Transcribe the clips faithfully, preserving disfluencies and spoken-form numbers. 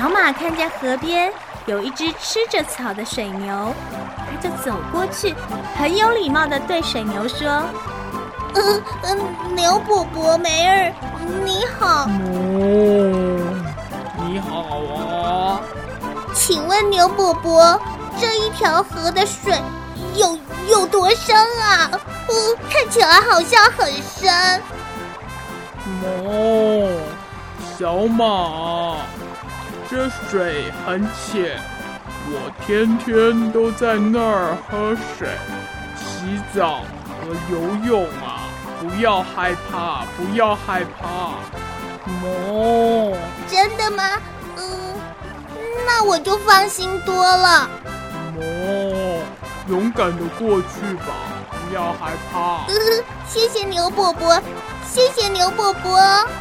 小马看见河边有一只吃着草的水牛，他就走过去，很有礼貌地对水牛说： 嗯嗯，牛伯伯梅儿，你好。 哦，你好啊。 请问牛伯伯，这一条河的水有有多深啊？嗯，看起来好像很深。 哦，小马，这水很浅，我天天都在那儿喝水、洗澡和游泳啊！不要害怕，不要害怕。哦， 真的吗？嗯，那我就放心多了。 哦，勇敢地过去吧，不要害怕。 嗯，谢谢牛伯伯，谢谢牛伯伯。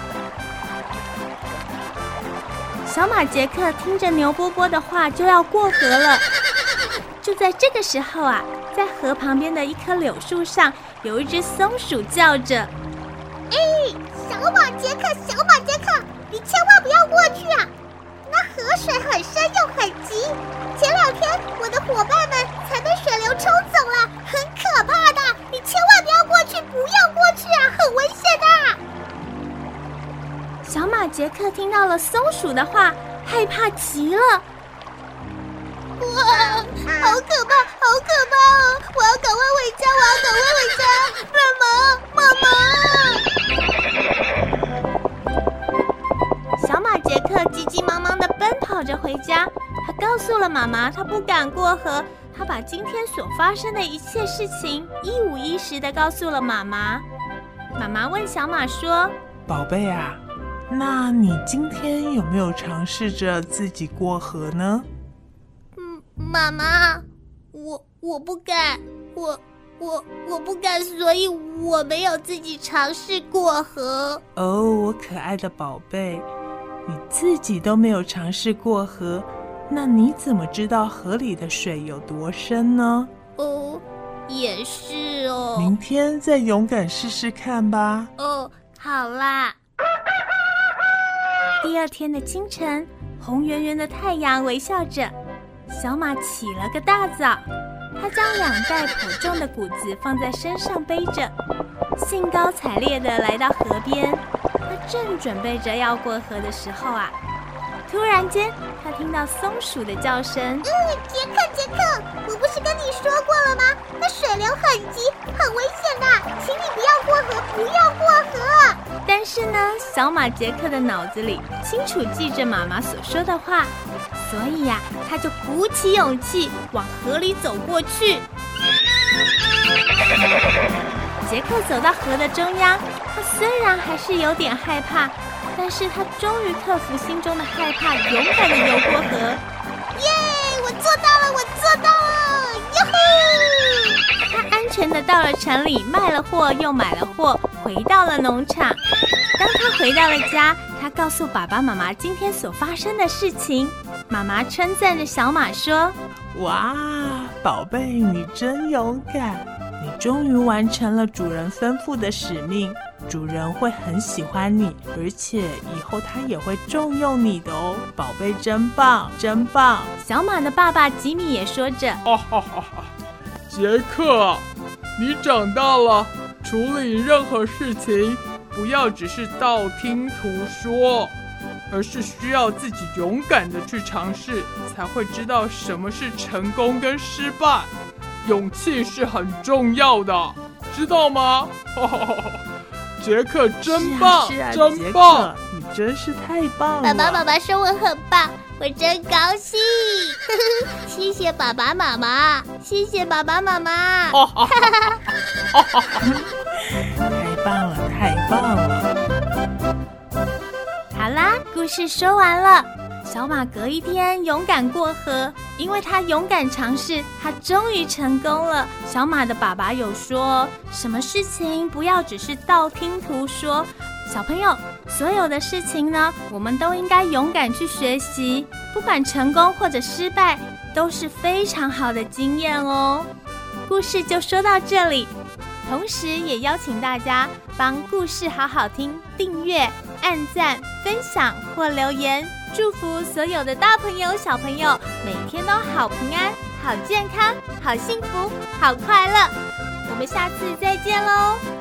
小马杰克听着牛波波的话，就要过河了。就在这个时候啊，在河旁边的一棵柳树上，有一只松鼠叫着：“ 哎，小马杰克，小马杰克，你千万不要过去啊！那河水很深又很急，前两天我的伙伴们才被水流冲走了，很可怕的。你千万不要过去，不要过去啊，很危险的。” 小马杰克听到了松鼠的话，害怕极了。 哇，好可怕，好可怕哦！我要赶快回家，我要赶快回家！妈妈！ 小马杰克急急忙忙地奔跑着回家，他告诉了妈妈，他不敢过河，他把今天所发生的一切事情一五一十地告诉了妈妈。妈妈问小马说：“ 宝贝啊，那你今天有没有尝试着自己过河呢？” 嗯，妈妈，我我不敢，我我我不敢，所以我没有自己尝试过河。 哦，我可爱的宝贝，你自己都没有尝试过河，那你怎么知道河里的水有多深呢？ 哦，也是哦。 明天再勇敢试试看吧。 哦，好啦。 第二天的清晨，红圆圆的太阳微笑着，小马起了个大早，他将两袋颇重的谷子放在身上背着，兴高采烈地来到河边。他正准备着要过河的时候啊，突然间他听到松鼠的叫声。 嗯，杰克杰克，我不是跟你说过了吗？那水流很急，很危险的，请你不要过河，不要过河。 但是呢，小马杰克的脑子里清楚记着妈妈所说的话，所以呀、啊，他就鼓起勇气往河里走过去。杰克走到河的中央，他虽然还是有点害怕，但是他终于克服心中的害怕，勇敢地游过河。 耶！我做到了，我做到了！哟吼！ 他安全地到了城里，卖了货又买了货，回到了农场。当他回到了家，他告诉爸爸妈妈今天所发生的事情。妈妈称赞着小马说：“ 哇，宝贝，你真勇敢！你终于完成了主人吩咐的使命，主人会很喜欢你，而且以后他也会重用你的哦，宝贝，真棒，真棒！” 小马的爸爸吉米也说着：“ 哈哈哈哈，杰克，你长大了，处理任何事情不要只是道听途说，而是需要自己勇敢的去尝试，才会知道什么是成功跟失败。勇气是很重要的，知道吗？杰克真棒， 是啊，是啊， 真棒！ 你真是太棒了！ 爸爸妈妈说我很棒，我真高兴。谢谢爸爸妈妈，谢谢爸爸妈妈。 太棒了，太棒了！ 好啦，故事说完了。小马隔一天勇敢过河，因为他勇敢尝试，他终于成功了。小马的爸爸有说，什么事情不要只是道听途说。小朋友，所有的事情呢，我们都应该勇敢去学习，不管成功或者失败，都是非常好的经验哦。故事就说到这里，同时也邀请大家帮故事好好听订阅、按赞、分享或留言。 祝福所有的大朋友、小朋友每天都好平安、好健康、好幸福、好快乐。我们下次再见喽！